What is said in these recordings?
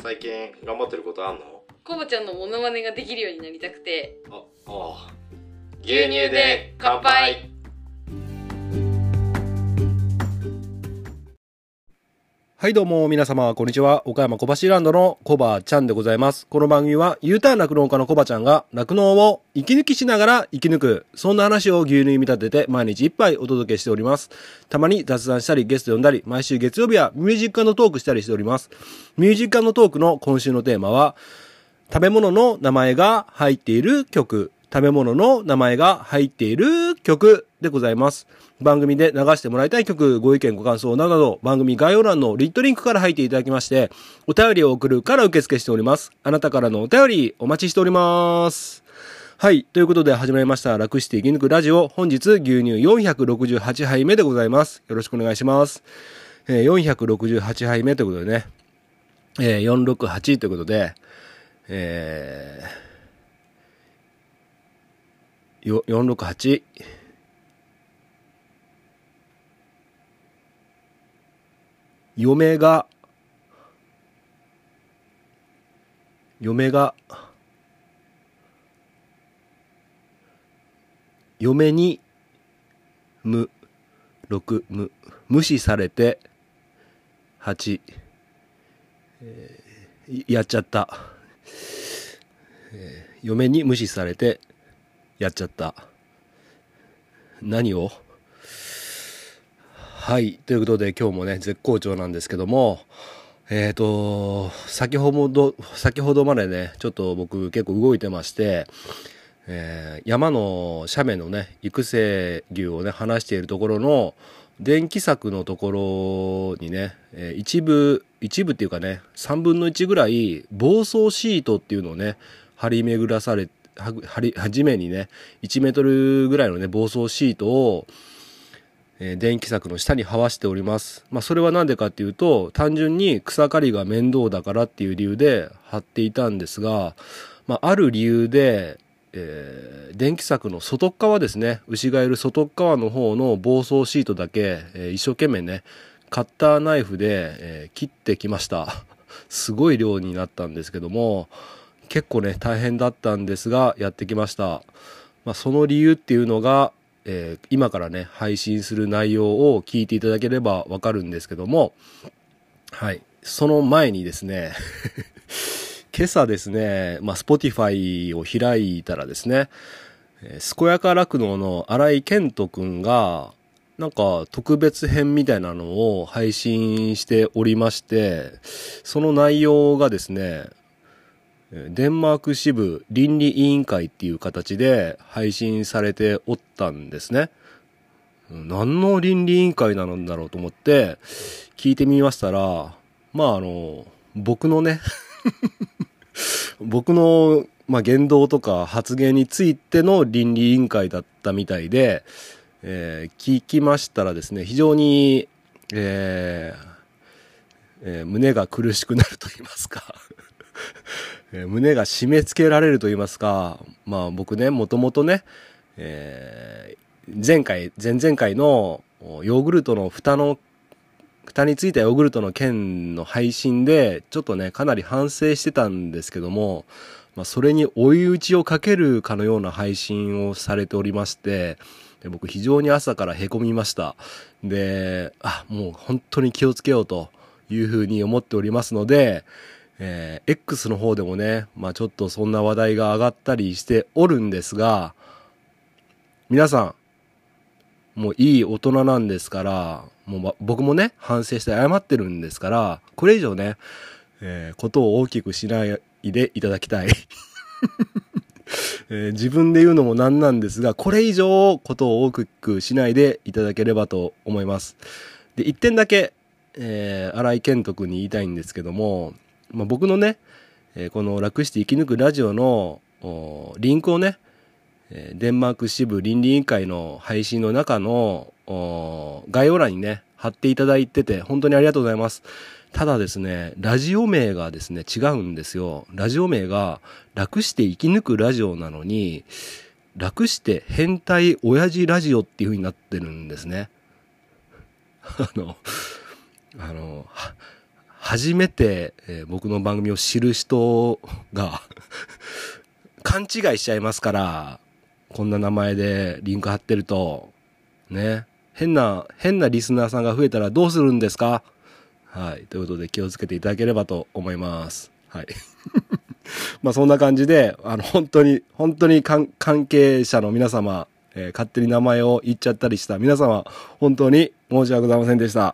最近頑張ってることあんの？ コボちゃんのモノマネができるようになりたくて。 牛乳で乾杯。 はいどうも皆様こんにちは。岡山小橋ランドのコバちゃんでございます。この番組は U ターン酪農家のコバちゃんが酪農を息抜きしながら生き抜く、そんな話を牛乳に見立てて毎日一杯お届けしております。たまに雑談したりゲスト呼んだり、毎週月曜日はミュージック&トークしたりしております。ミュージック&トークの今週のテーマは、食べ物の名前が入っている曲、食べ物の名前が入っている曲でございます。番組で流してもらいたい曲、ご意見ご感想などなど、番組概要欄のリットリンクから入っていただきまして、お便りを送るから受付しております。あなたからのお便りお待ちしております。はい。ということで始まりました。楽して生き抜くラジオ。本日牛乳468杯目でございます。よろしくお願いします。468杯目ということでね、468ということで、468嫁に無視されて8、やっちゃった、嫁に無視されてやっちゃった。何を？はい。ということで今日もね、絶好調なんですけども、先ほどまでね、ちょっと僕結構動いてまして、山の斜面のね、育成牛をね、離しているところの電気柵のところにね、一部っていうかね、3分の1ぐらい防草シートっていうのをね、張り巡らされて、地面にね1メートルぐらいのね防草シートを、電気柵の下に這わしております。それは何でかっていうと、単純に草刈りが面倒だからっていう理由で張っていたんですが、ある理由で、電気柵の外側ですね、牛がいる外側の方の防草シートだけ、一生懸命ねカッターナイフで、切ってきました。すごい量になったんですけども、結構ね大変だったんですがやってきました。その理由っていうのが、今からね配信する内容を聞いていただければわかるんですけども、はい、その前にですね今朝ですね、Spotify を開いたらですね、健やか酪農の新井健人くんがなんか特別編みたいなのを配信しておりまして、その内容がですね、デンマーク支部倫理委員会っていう形で配信されておったんですね。何の倫理委員会なんだろうと思って聞いてみましたら、僕のね僕の言動とか発言についての倫理委員会だったみたいで、聞きましたらですね、非常に、胸が苦しくなると言いますか胸が締め付けられると言いますか、僕ね、もともとね、前々回のヨーグルトの蓋についたヨーグルトの件の配信で、ちょっとね、かなり反省してたんですけども、それに追い打ちをかけるかのような配信をされておりまして、で僕非常に朝からへこみました。で、もう本当に気をつけようというふうに思っておりますので、X の方でもね、ちょっとそんな話題が上がったりしておるんですが、皆さん、もういい大人なんですから、もう僕もね、反省して謝ってるんですから、これ以上ね、ことを大きくしないでいただきたい。自分で言うのもなんなんですが、これ以上ことを大きくしないでいただければと思います。で、一点だけ、新井健人君に言いたいんですけども、僕のね、この楽して生き抜くラジオのリンクをね、デンマーク支部倫理委員会の配信の中の概要欄にね貼っていただいてて本当にありがとうございます。ただですね、ラジオ名がですね違うんですよ。ラジオ名が楽して生き抜くラジオなのに、楽して変態親父ラジオっていう風になってるんですね。 初めて、僕の番組を知る人が勘違いしちゃいますから、こんな名前でリンク貼ってると、ね、変なリスナーさんが増えたらどうするんですか？はい。ということで気をつけていただければと思います。はい。まあそんな感じで、本当に関係者の皆様、勝手に名前を言っちゃったりした皆様、本当に申し訳ございませんでした。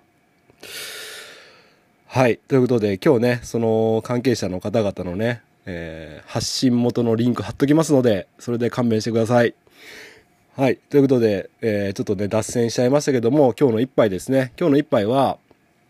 はい。ということで、今日ね、その関係者の方々のね、発信元のリンク貼っときますので、それで勘弁してください。はい。ということで、ちょっとね、脱線しちゃいましたけども、今日の一杯ですね。今日の一杯は、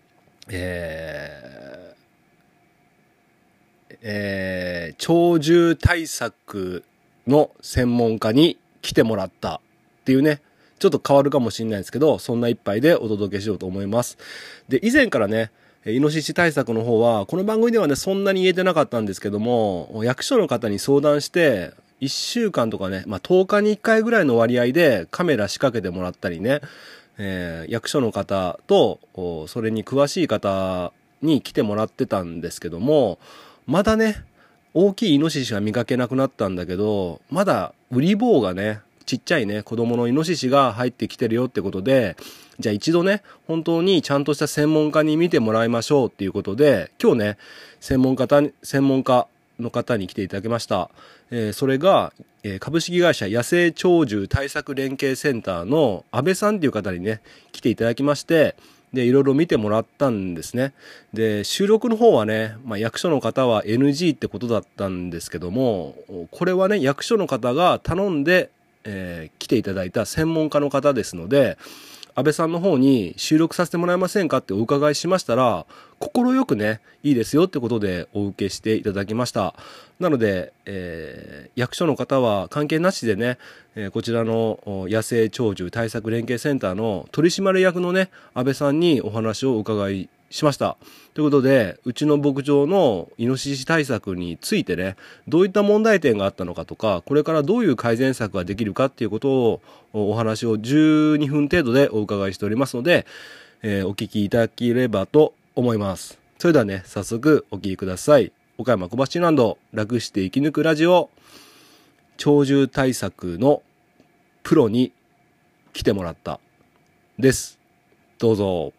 鳥獣対策の専門家に来てもらったっていうね、ちょっと変わるかもしれないですけど、そんな一杯でお届けしようと思います。で、以前からね、イノシシ対策の方は、この番組ではね、そんなに言えてなかったんですけども、役所の方に相談して、1週間とかね、10日に1回ぐらいの割合でカメラ仕掛けてもらったりね、役所の方と、それに詳しい方に来てもらってたんですけども、まだね、大きいイノシシは見かけなくなったんだけど、まだウリ坊がね、ちっちゃいね、子供のイノシシが入ってきてるよってことで、じゃあ一度ね、本当にちゃんとした専門家に見てもらいましょうっていうことで、今日ね、専門家の方に来ていただきました。それが、株式会社野生鳥獣対策連携センターの安倍さんっていう方にね、来ていただきまして、で、いろいろ見てもらったんですね。で、収録の方はね、役所の方は NG ってことだったんですけども、これはね、役所の方が頼んで、来ていただいた専門家の方ですので、安倍さんの方に収録させてもらえませんかってお伺いしましたら、快くね、いいですよってことでお受けしていただきました。なので、役所の方は関係なしでね、こちらの野生鳥獣対策連携センターの取締役のね、安倍さんにお話をお伺いしました。ということで、うちの牧場のイノシシ対策についてね、どういった問題点があったのかとか、これからどういう改善策ができるかっていうことをお話を12分程度でお伺いしておりますので、お聞きいただければと思います。それではね、早速お聞きください。岡山小橋ランド、楽して生き抜くラジオ、鳥獣対策のプロに来てもらったです。どうぞ。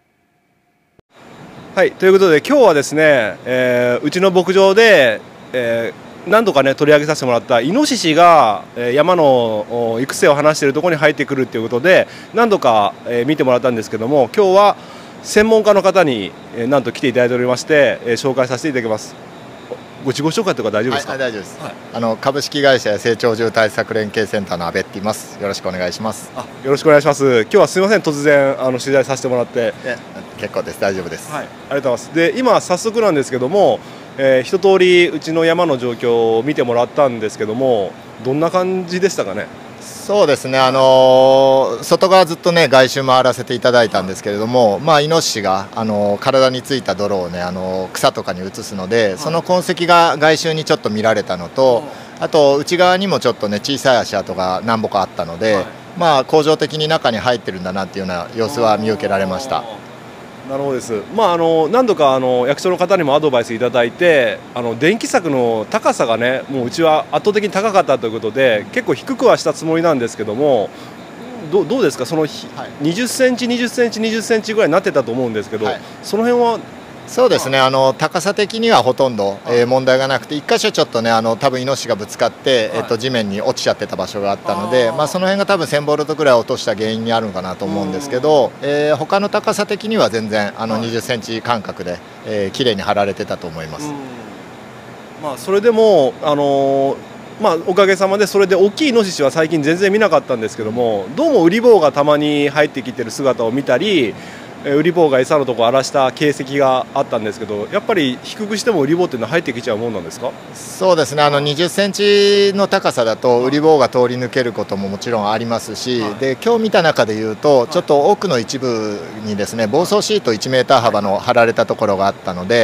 はい、ということで今日はですね、うちの牧場で、何度かね取り上げさせてもらったイノシシが、山の育成を話しているところに入ってくるということで何度か、見てもらったんですけども、今日は専門家の方に、なんと来ていただいておりまして、紹介させていただきます。ご自己紹介とか大丈夫ですか？ はい、大丈夫です、はい、株式会社野生鳥獣対策連携センターの阿部って言います。よろしくお願いします。 よろしくお願いします。今日はすみません、突然取材させてもらって。 結構です、大丈夫です。 はい、ありがとうございます。で、今早速なんですけども、一通りうちの山の状況を見てもらったんですけども、どんな感じでしたかね？ そうですね、外側ずっとね外周回らせていただいたんですけれども、イノシシが体についた泥をね草とかに移すので、その痕跡が外周にちょっと見られたのと、あと内側にもちょっとね小さい足跡が何歩かあったので、恒常的に中に入ってるんだなっていうような様子は見受けられました。 なるほどです。何度か役所の方にもアドバイスいただいて、電気柵の高さがね、もううちは圧倒的に高かったということで、結構低くはしたつもりなんですけども、どうですか、その20センチ、20センチ、20センチぐらいになってたと思うんですけど、その辺は。 そうですね、高さ的にはほとんど、問題がなくて、1箇所ちょっとね多分イノシシがぶつかって、地面に落ちちゃってた場所があったので、その辺が多分1000ボルトぐらい落とした原因にあるのかなと思うんですけど、他の高さ的には全然20センチ間隔で、綺麗に張られてたと思います。 それでもおかげさまでそれで大きいイノシシは最近全然見なかったんですけども、どうもウリ坊がたまに入ってきてる姿を見たり、ウリ坊が餌のとこ荒らした形跡があったんですけど、やっぱり低くしてもウリ坊っていうのは入ってきちゃうもんなんですか？ そうですね、20センチの高さだとウリ坊が通り抜けることももちろんありますし、で今日見た中でいうとちょっと奥の一部にですね防草シート1メーター幅の張られたところがあったので、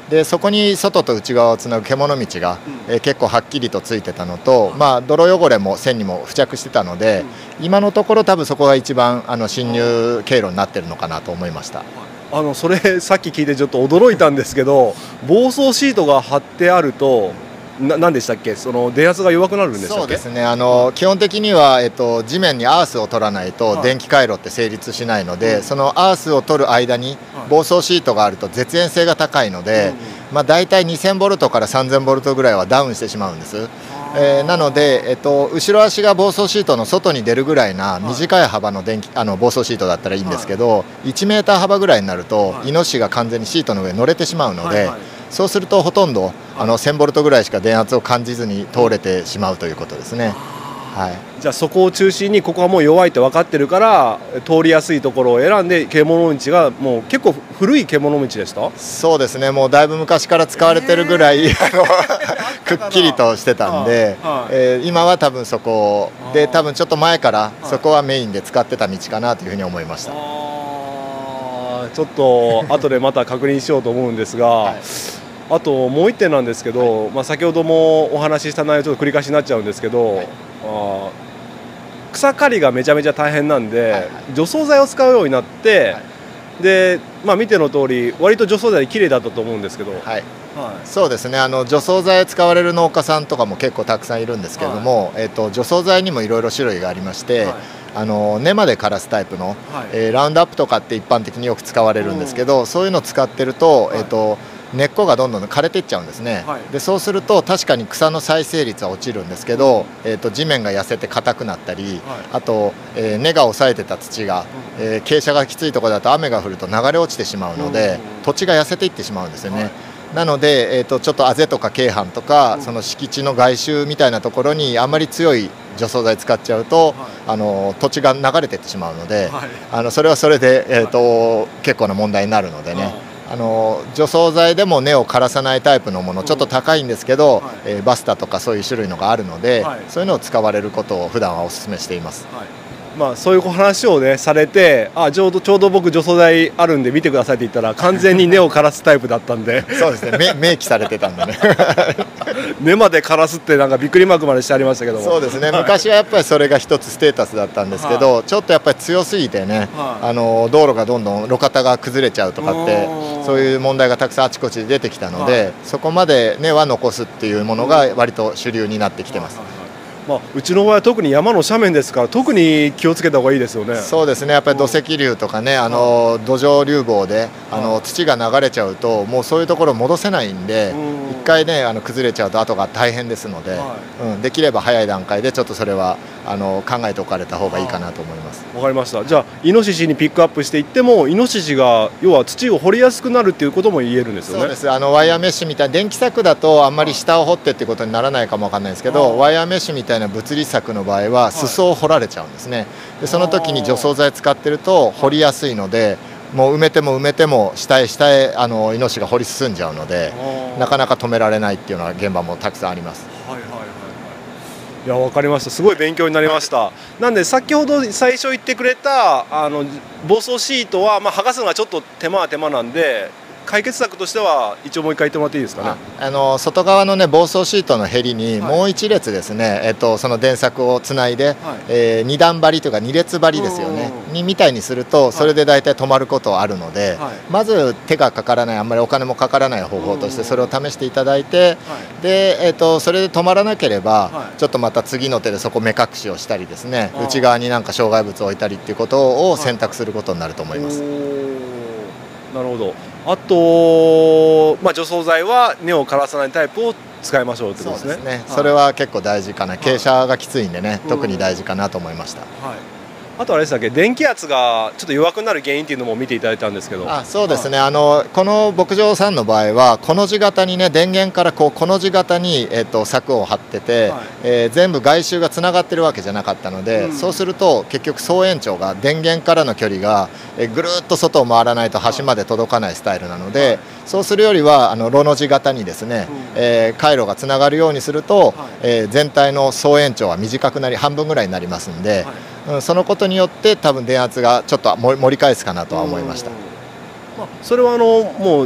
でそこに外と内側をつなぐ獣道が、結構はっきりとついてたのと、泥汚れも線にも付着してたので、今のところ多分そこが一番進入経路になってるのかなと思いました。 それさっき聞いてちょっと驚いたんですけど、防草シートが貼ってあると何でしたっけ、その電圧が弱くなるんでしたっけ？ そうですね、基本的には、地面にアースを取らないと電気回路って成立しないので、そのアースを取る間に防草シートがあると絶縁性が高いので、だいたい2000ボルトから3000ボルトぐらいはダウンしてしまうんです。なので、後ろ足が防草シートの外に出るぐらいな短い幅の防草シートだったらいいんですけど、1メーター幅ぐらいになるとイノシシが完全にシートの上に乗れてしまうので、そうするとほとんど1000ボルトぐらいしか電圧を感じずに通れてしまうということですね。 じゃあそこを中心にここはもう弱いって分かってるから通りやすいところを選んで、獣道がもう結構古い獣道でした？ そうですね、もうだいぶ昔から使われてるぐらい、くっきりとしてたんで、今は多分そこで多分ちょっと前からそこはメインで使ってた道かなというふうに思いました。 ちょっと後でまた確認しようと思うんですが、あともう1点なんですけど、先ほどもお話しした内容ちょっと繰り返しになっちゃうんですけど、草刈りがめちゃめちゃ大変なんで、除草剤を使うようになって、で見ての通り割と除草剤綺麗だったと思うんですけど、 そうですね、除草剤使われる農家さんとかも結構たくさんいるんですけれども、除草剤にもいろいろ種類がありまして、根まで枯らすタイプの、ラウンドアップとかって一般的によく使われるんですけど、そういうのを使ってると、根っこがどんどん枯れていっちゃうんですね。でそうすると確かに草の再生率は落ちるんですけど、地面が痩せて硬くなったり、あと、根が抑えてた土が、傾斜がきついところだと雨が降ると流れ落ちてしまうので、土地が痩せていってしまうんですよね。なので、ちょっとあぜとか鶏飯とか、その敷地の外周みたいなところにあんまり強い除草剤使っちゃうと、土地が流れていってしまうので、それはそれで、結構な問題になるのでね。除草剤でも根を枯らさないタイプのもの、ちょっと高いんですけど、バスタとかそういう種類のがあるので、そういうのを使われることを普段はお勧めしています。 そういう話をねされて、ちょうど僕除草剤あるんで見てくださいって言ったら、完全に根を枯らすタイプだったんでそうですね、明記されてたんでね根まで枯らすってなんかびっくりマークまでしてありましたけども、 そうですね、昔はやっぱりそれが一つステータスだったんですけど、ちょっとやっぱり強すぎてね、道路がどんどん路肩が崩れちゃうとかって、そういう問題がたくさんあちこちで出てきたので、そこまで根は残すっていうものが割と主流になってきてます。 うちの場合は特に山の斜面ですから、特に気をつけた方がいいですよね。 そうですね、やっぱり土石流とかね、土壌流暴で土が流れちゃうと、もうそういうところ戻せないんで、一回ね崩れちゃうと後が大変ですので、できれば早い段階でちょっとそれは考えておかれた方がいいかなと思います。 わかりました。じゃあイノシシにピックアップしていっても、イノシシが要は土を掘りやすくなるっていうことも言えるんですよね。 そうです。ワイヤーメッシュみたいな電気柵だとあんまり下を掘ってっていうことにならないかもわかんないですけど、ワイヤーメッシュみたいな物理柵の場合は裾を掘られちゃうんですね。でその時に除草剤使ってると掘りやすいので、もう埋めても埋めても下へ下へイノシシが掘り進んじゃうので、なかなか止められないっていうような現場もたくさんあります。 いや、分かりました。すごい勉強になりました。なんで先ほど最初言ってくれた防草シートは、剥がすのがちょっと手間は手間なんで、解決策としては一応もう一回言ってもらっていいですかね。 外側のね防草シートのへりにもう一列ですね、その電柵をつないで、2段張りというか2列張りですよねみたいにすると、それで大体止まることはあるので、まず手がかからない、あんまりお金もかからない方法としてそれを試していただいて、で、それで止まらなければ、ちょっとまた次の手でそこ目隠しをしたりですね、内側になんか障害物を置いたりっていうことを選択することになると思います。 なるほど。あと、除草剤は根を枯らさないタイプを使いましょうってことですね。 そうですね。それは結構大事かな。傾斜がきついんでね、特に大事かなと思いました。 あとあれでしたっけ、電気圧がちょっと弱くなる原因っていうのも見ていただいたんですけど。 そうですね、この牧場さんの場合はコの字型にね、電源からこの字型に、柵を張ってて、全部外周がつながってるわけじゃなかったので、そうすると結局総延長が電源からの距離が、ぐるっと外を回らないと端まで届かないスタイルなので、そうするよりはロの字型にですね、回路がつながるようにすると、全体の総延長は短くなり半分ぐらいになりますんで、そのことによって多分電圧がちょっと盛り返すかなとは思いました。 それはもう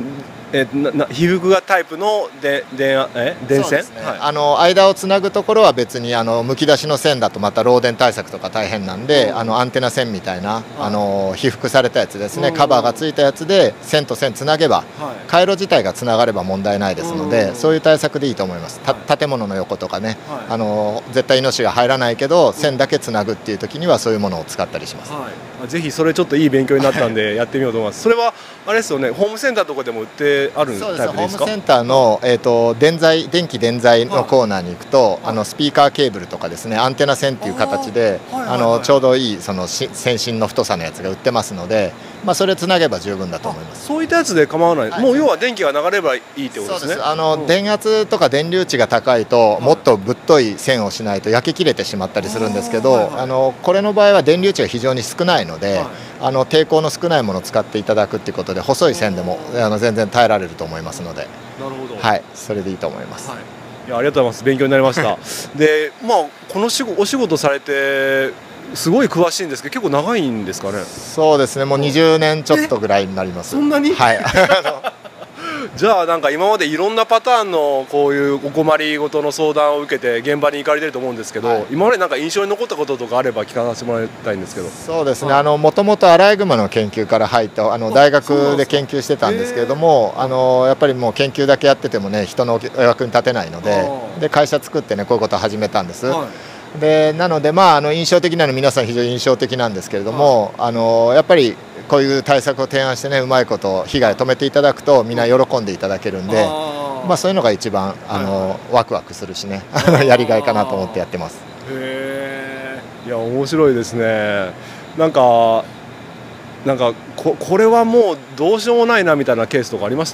被覆がタイプの電線、 間をつなぐところは別にむき出しの線だとまた漏電対策とか大変なんで、アンテナ線みたいな、被覆されたやつですね、カバーがついたやつで線と線つなげば、回路自体がつながれば問題ないですので、そういう対策でいいと思います。建物の横とかね、絶対イノシシが入らないけど線だけつなぐっていう時にはそういうものを使ったりします。 ぜひそれちょっといい勉強になったんでやってみようと思います。それはあれですよね、ホームセンターとかでも売ってあるタイプですか？そうです。ホームセンターの、電気電材のコーナーに行くと、スピーカーケーブルとかですね、アンテナ線っていう形でちょうどいいその線芯の太さのやつが売ってますので、それつなげば十分だと思います。そういったやつで構わない、もう要は電気が流れればいいってことですね。電圧とか電流値が高いと、もっとぶっとい線をしないと焼け切れてしまったりするんですけど、これの場合は電流値が非常に少ないので、抵抗の少ないものを使っていただくということで、細い線でも全然耐えられると思いますので、なるほど、はい、それでいいと思います。いや、ありがとうございます。勉強になりましたで、このお仕事されてすごい詳しいんですけど、結構長いんですかね？そうですね、もう20年ちょっとぐらいになります。そんなに？はいじゃあなんか今までいろんなパターンのこういうお困りごとの相談を受けて現場に行かれてると思うんですけど、今までなんか印象に残ったこととかあれば聞かせてもらいたいんですけど。そうですね、もともとアライグマの研究から入った大学で研究してたんですけれども、やっぱりもう研究だけやっててもね、人のお役に立てないので、会社作ってね、こういうことを始めたんです。でなので、印象的なの皆さん非常に印象的なんですけれども、やっぱりこういう対策を提案してね、うまいこと被害を止めていただくとみんな喜んでいただけるんで、そういうのが一番ワクワクするしねやりがいかなと思ってやってます。へえ、いや面白いですね。なんかこれはもうどうしようもないなみたいなケースとかありました？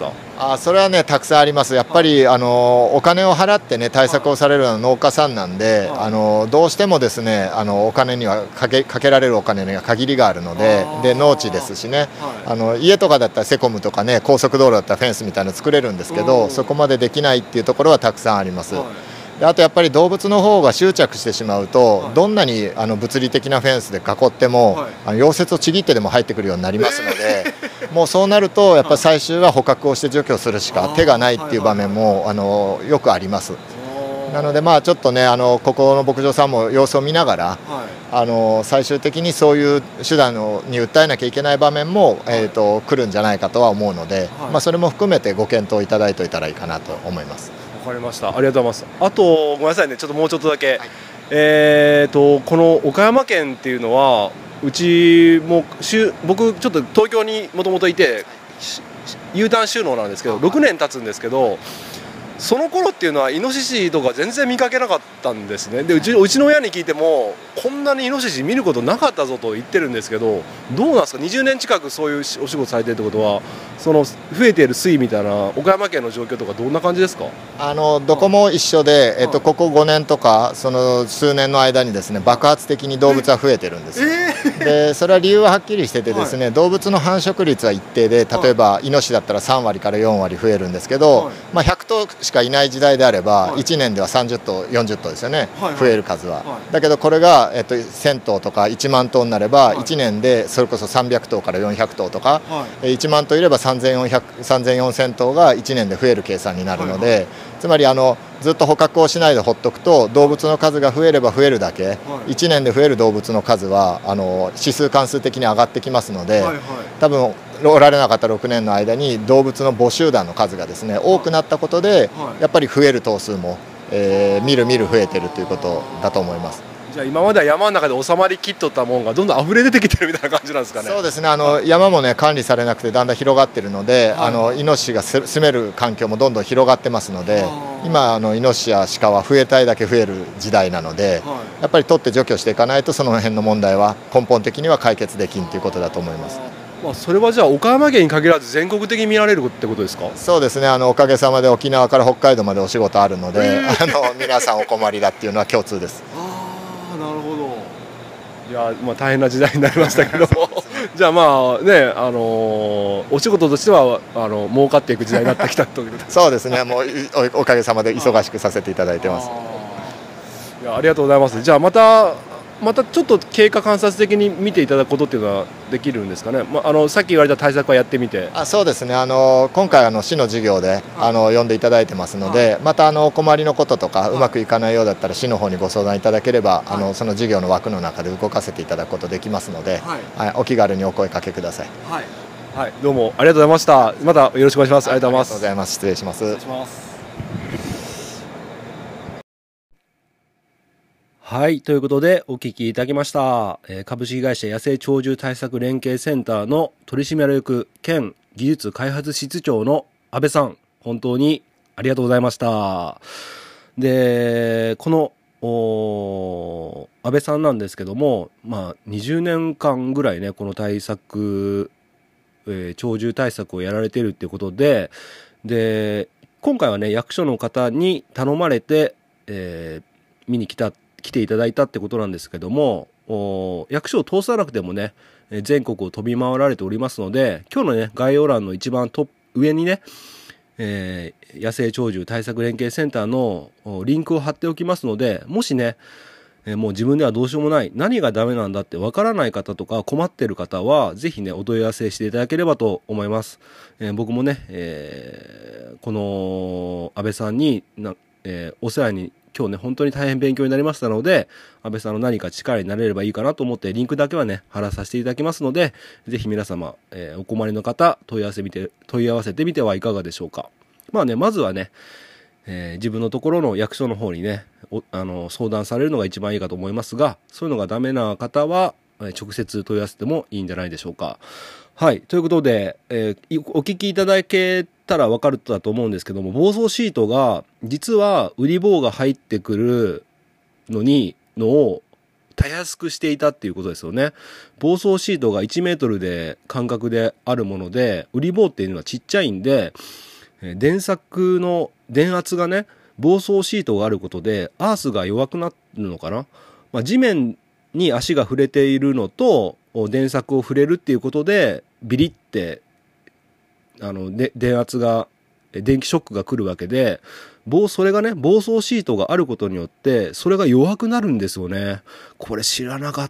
それはね、たくさんあります。やっぱりお金を払ってね、対策をされるような農家さんなんで、どうしてもですね、お金にはかけられるお金には限りがあるので、農地ですしね、家とかだったらセコムとかね、高速道路だったらフェンスみたいなの作れるんですけど、そこまでできないっていうところはたくさんあります。あとやっぱり動物の方が執着してしまうと、どんなに物理的なフェンスで囲っても、溶接をちぎってでも入ってくるようになりますのでもうそうなるとやっぱり最終は捕獲をして除去するしか手がないっていう場面もよくあります。なのでちょっとね、ここの牧場さんも様子を見ながら、最終的にそういう手段に訴えなきゃいけない場面も、来るんじゃないかとは思うので、それも含めてご検討いただいておいたらいいかなと思います。わかりました。ありがとうございます。あとごめんなさいね、ちょっともうちょっとだけ、この岡山県っていうのは、うちも僕ちょっと東京にもともといて U ターン就農なんですけど、6年経つんですけど、その頃っていうのはイノシシとか全然見かけなかったんですね。でうちの親に聞いても、こんなにイノシシ見ることなかったぞと言ってるんですけど、どうなんですか、20年近くそういうお仕事されてるってことは、その増えている推移みたいな岡山県の状況とかどんな感じですか？どこも一緒で、ここ5年とかその数年の間にですね、爆発的に動物は増えてるんです。でそれは理由ははっきりしててですね、動物の繁殖率は一定で、例えばイノシシだったら3割から4割増えるんですけど、100頭しかいない時代であれば、1年では30頭40頭ですよね、増える数は。だけどこれが、1000頭とか1万頭になれば、1年でそれこそ300頭から400頭とか、1万頭いれば3000、4000頭が1年で増える計算になるので、つまりずっと捕獲をしないでほっとくと、動物の数が増えれば増えるだけ、1年で増える動物の数は指数関数的に上がってきますので、多分おられなかった6年の間に動物の母集団の数がですね、多くなったことで、やっぱり増える頭数も、みるみる増えてるということだと思います。じゃあ今までは山の中で収まりきっとったもんがどんどん溢れ出てきてるみたいな感じなんですかね。そうですね、山もね管理されなくてだんだん広がってるので、イノシシが住める環境もどんどん広がってますので、今イノシシや鹿は増えたいだけ増える時代なので、やっぱり取って除去していかないと、その辺の問題は根本的には解決できんということだと思います。それはじゃあ岡山県に限らず全国的に見られるってことですか？そうですね、おかげさまで沖縄から北海道までお仕事あるので、皆さんお困りだっていうのは共通です。なるほど。いや、大変な時代になりましたけどじゃあね、お仕事としては儲かっていく時代になってきたということです。そうですね、もうおかげさまで忙しくさせていただいてます。いや、ありがとうございます。じゃあまたまたちょっと経過観察的に見ていただくことっていうのはできるんですかね、さっき言われた対策はやってみて。 そうですね、今回市の事業で呼んでいただいてますので、またお困りのこととかうまくいかないようだったら市の方にご相談いただければ、その事業の枠の中で動かせていただくことできますので、お気軽にお声かけください。 はい、どうもありがとうございました。またよろしくお願いします。ありがとうございます。 失礼します。 はい、ということでお聞きいただきました、株式会社野生鳥獣対策連携センターの取締役兼技術開発室長の安倍さん、本当にありがとうございました。で、この安倍さんなんですけども、20年間ぐらいね、この対策、鳥獣対策をやられているっていうことで、今回はね、役所の方に頼まれて、見に来ていただいたってことなんですけども、役所を通さなくてもね、全国を飛び回られておりますので、今日のね、概要欄の一番上にね、野生鳥獣対策連携センターのリンクを貼っておきますので、もしね、もう自分ではどうしようもない、何がダメなんだってわからない方とか困っている方は、ぜひね、お問い合わせしていただければと思います。僕もね、この安倍さんにお世話に今日ね、本当に大変勉強になりましたので、安倍さんの何か力になれればいいかなと思って、リンクだけはね、貼らさせていただきますので、ぜひ皆様、お困りの方、問い合わせてみてはいかがでしょうか。まずはね、自分のところの役所の方にね、相談されるのが一番いいかと思いますが、そういうのがダメな方は、直接問い合わせてもいいんじゃないでしょうか。はい。ということで、お聞きいただけたら分かるだと思うんですけども、防草シートが、実は売り棒が入ってくるのをたやすくしていたっていうことですよね。防草シートが1メートルで間隔であるもので、売り棒っていうのはちっちゃいんで、電柵の電圧がね、防草シートがあることで、アースが弱くなるのかな。地面に足が触れているのと、電柵を触れるっていうことで、ビリって、電圧が、電気ショックが来るわけで、それがね、防草シートがあることによって、それが弱くなるんですよね。これ知らなかった。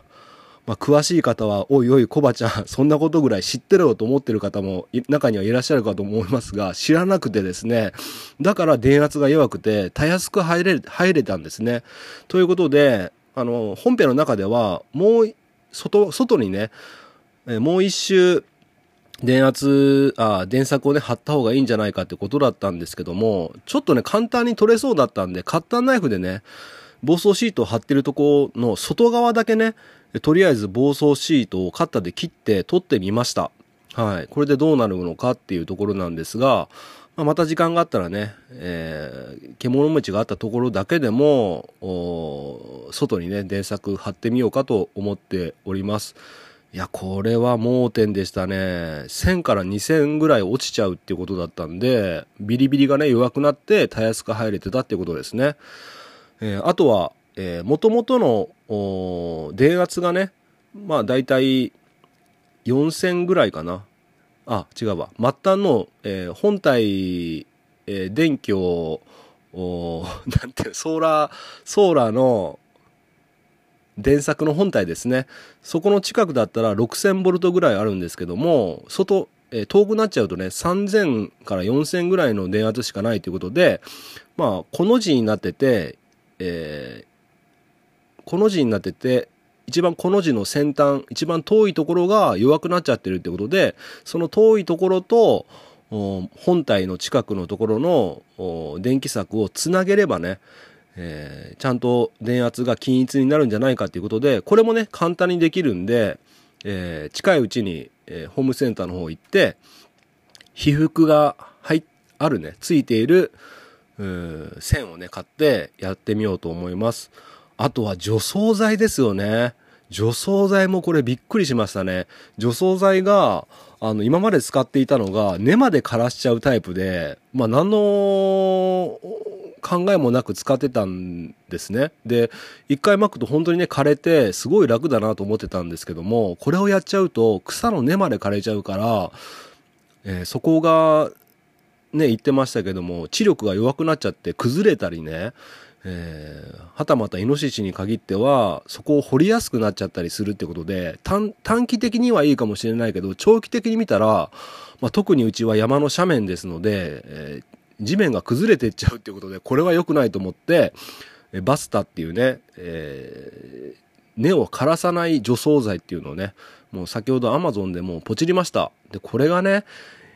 詳しい方は、おいおい、コバちゃん、そんなことぐらい知ってるよと思ってる方も中にはいらっしゃるかと思いますが、知らなくてですね、だから電圧が弱くて、たやすく入れたんですね。ということで、本編の中では、もう、外にね、もう一周、電柵をね、貼った方がいいんじゃないかってことだったんですけども、ちょっとね、簡単に取れそうだったんで、カッターナイフでね、防草シートを貼ってるところの外側だけね、とりあえず防草シートをカッターで切って取ってみました。はい。これでどうなるのかっていうところなんですが、また時間があったらね、獣道があったところだけでも、外にね、電柵貼ってみようかと思っております。いや、これは盲点でしたね。1000から2000ぐらい落ちちゃうっていうことだったんで、ビリビリがね、弱くなってたやすく入れてたっていうことですね。あとは、元々の電圧がね、だいたい4000ぐらいかな。違うわ。末端の、本体、電気を、なんていう、ソーラーの電柵の本体ですね。そこの近くだったら6000ボルトぐらいあるんですけども、遠くなっちゃうとね、3000から4000ぐらいの電圧しかないということで、コの字になってて、一番コの字の先端、一番遠いところが弱くなっちゃってるってことで、その遠いところと本体の近くのところの電気柵をつなげればね、ちゃんと電圧が均一になるんじゃないかということで、これもね、簡単にできるんで、近いうちに、ホームセンターの方行って、被覆があるね、ついている線をね、買ってやってみようと思います。あとは除草剤ですよね。除草剤もこれびっくりしましたね。除草剤が、今まで使っていたのが根まで枯らしちゃうタイプで、何の考えもなく使ってたんですね。で、一回巻くと本当にね、枯れて、すごい楽だなと思ってたんですけども、これをやっちゃうと草の根まで枯れちゃうから、そこが、ね、言ってましたけども、知力が弱くなっちゃって崩れたりね、 はたまたイノシシに限ってはそこを掘りやすくなっちゃったりするってことで、短期的にはいいかもしれないけど長期的に見たら、特にうちは山の斜面ですので、地面が崩れていっちゃうっていうことで、これは良くないと思って、バスタっていうね、根を枯らさない除草剤っていうのをね、もう先ほど Amazon でもうポチりました。でこれがね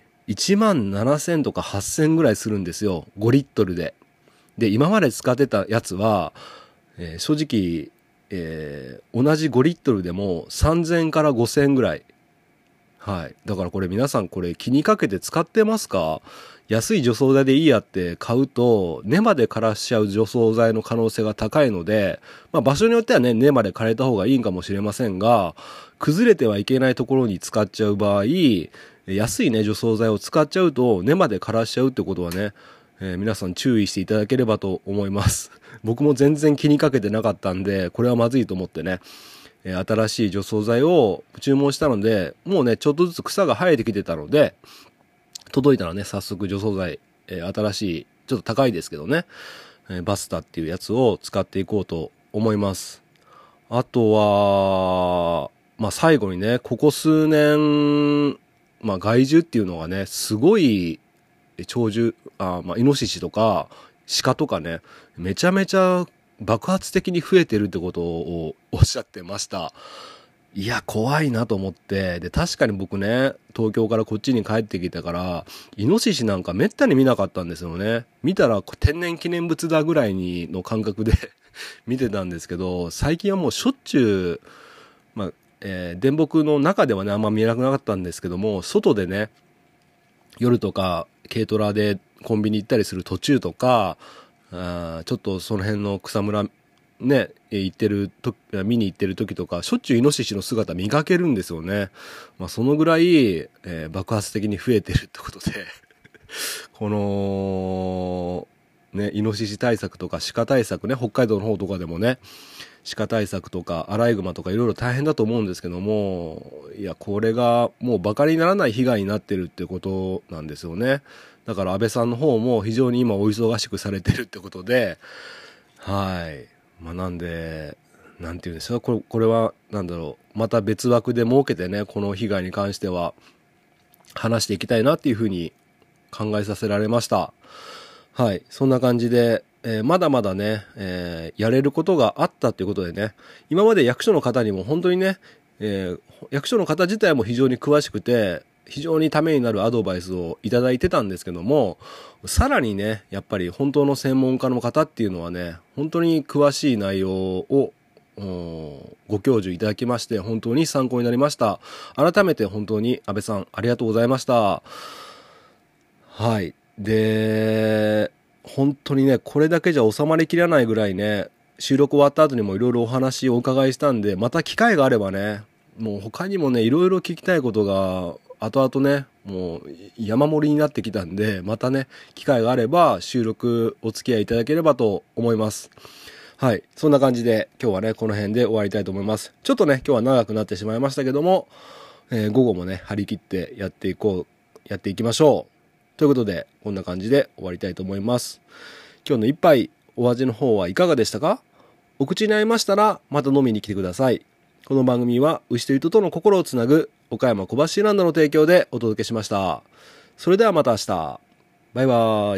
17,000とか8,000ぐらいするんですよ、5リットルで。で今まで使ってたやつは、正直、同じ5リットルでも3,000から5,000ぐらい。はい。だからこれ皆さんこれ気にかけて使ってますか？安い除草剤でいいやって買うと根まで枯らしちゃう除草剤の可能性が高いので、場所によってはね根まで枯れた方がいいかもしれませんが、崩れてはいけないところに使っちゃう場合、安いね除草剤を使っちゃうと根まで枯らしちゃうってことはね、皆さん注意していただければと思います。僕も全然気にかけてなかったんで、これはまずいと思ってね、新しい除草剤を注文したので、もうねちょっとずつ草が生えてきてたので、届いたらね早速除草剤、新しいちょっと高いですけどね、バスタっていうやつを使っていこうと思います。あとは最後にね、ここ数年害獣っていうのがねすごい鳥獣、イノシシとか鹿とかね、めちゃめちゃ爆発的に増えてるってことをおっしゃってました。いや怖いなと思って。で確かに僕ね東京からこっちに帰ってきたからイノシシなんかめったに見なかったんですよね。見たら天然記念物だぐらいの感覚で見てたんですけど、最近はもうしょっちゅう電木の中ではねあんま見えなくなかったんですけども、外でね夜とか軽トラでコンビニ行ったりする途中とか、ちょっとその辺の草むらね見に行ってる時とかしょっちゅうイノシシの姿見かけるんですよね。そのぐらい、爆発的に増えてるってことでこのねイノシシ対策とか鹿対策ね、北海道の方とかでもね鹿対策とかアライグマとかいろいろ大変だと思うんですけども、いやこれがもうバカにならない被害になってるってことなんですよね。だから安倍さんの方も非常に今お忙しくされてるってことで、はい、なんでなんていうんですか、これはなんだろう、また別枠で設けてねこの被害に関しては話していきたいなっていうふうに考えさせられました。はい、そんな感じでまだまだね、やれることがあったということでね、今まで役所の方にも本当にね、役所の方自体も非常に詳しくて非常にためになるアドバイスをいただいてたんですけども、さらにねやっぱり本当の専門家の方っていうのはね本当に詳しい内容をご教授いただきまして本当に参考になりました。改めて本当に安倍さんありがとうございました。はい。で本当にねこれだけじゃ収まりきらないぐらいね、収録終わった後にもいろいろお話をお伺いしたんで、また機会があればね、もう他にもねいろいろ聞きたいことが後々ねもう山盛りになってきたんで、またね機会があれば収録お付き合いいただければと思います。はい、そんな感じで今日はねこの辺で終わりたいと思います。ちょっとね今日は長くなってしまいましたけども、午後もね張り切ってやっていきましょうということで、こんな感じで終わりたいと思います。今日の一杯お味の方はいかがでしたか？お口に合いましたらまた飲みに来てください。この番組は牛と人との心をつなぐ岡山小橋ランドの提供でお届けしました。それではまた明日。バイバーイ。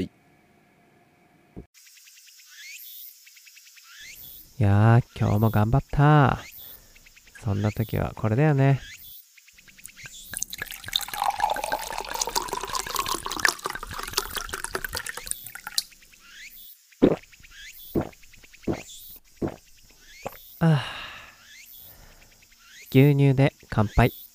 いやー、今日も頑張った。そんな時はこれだよね。牛乳で乾杯。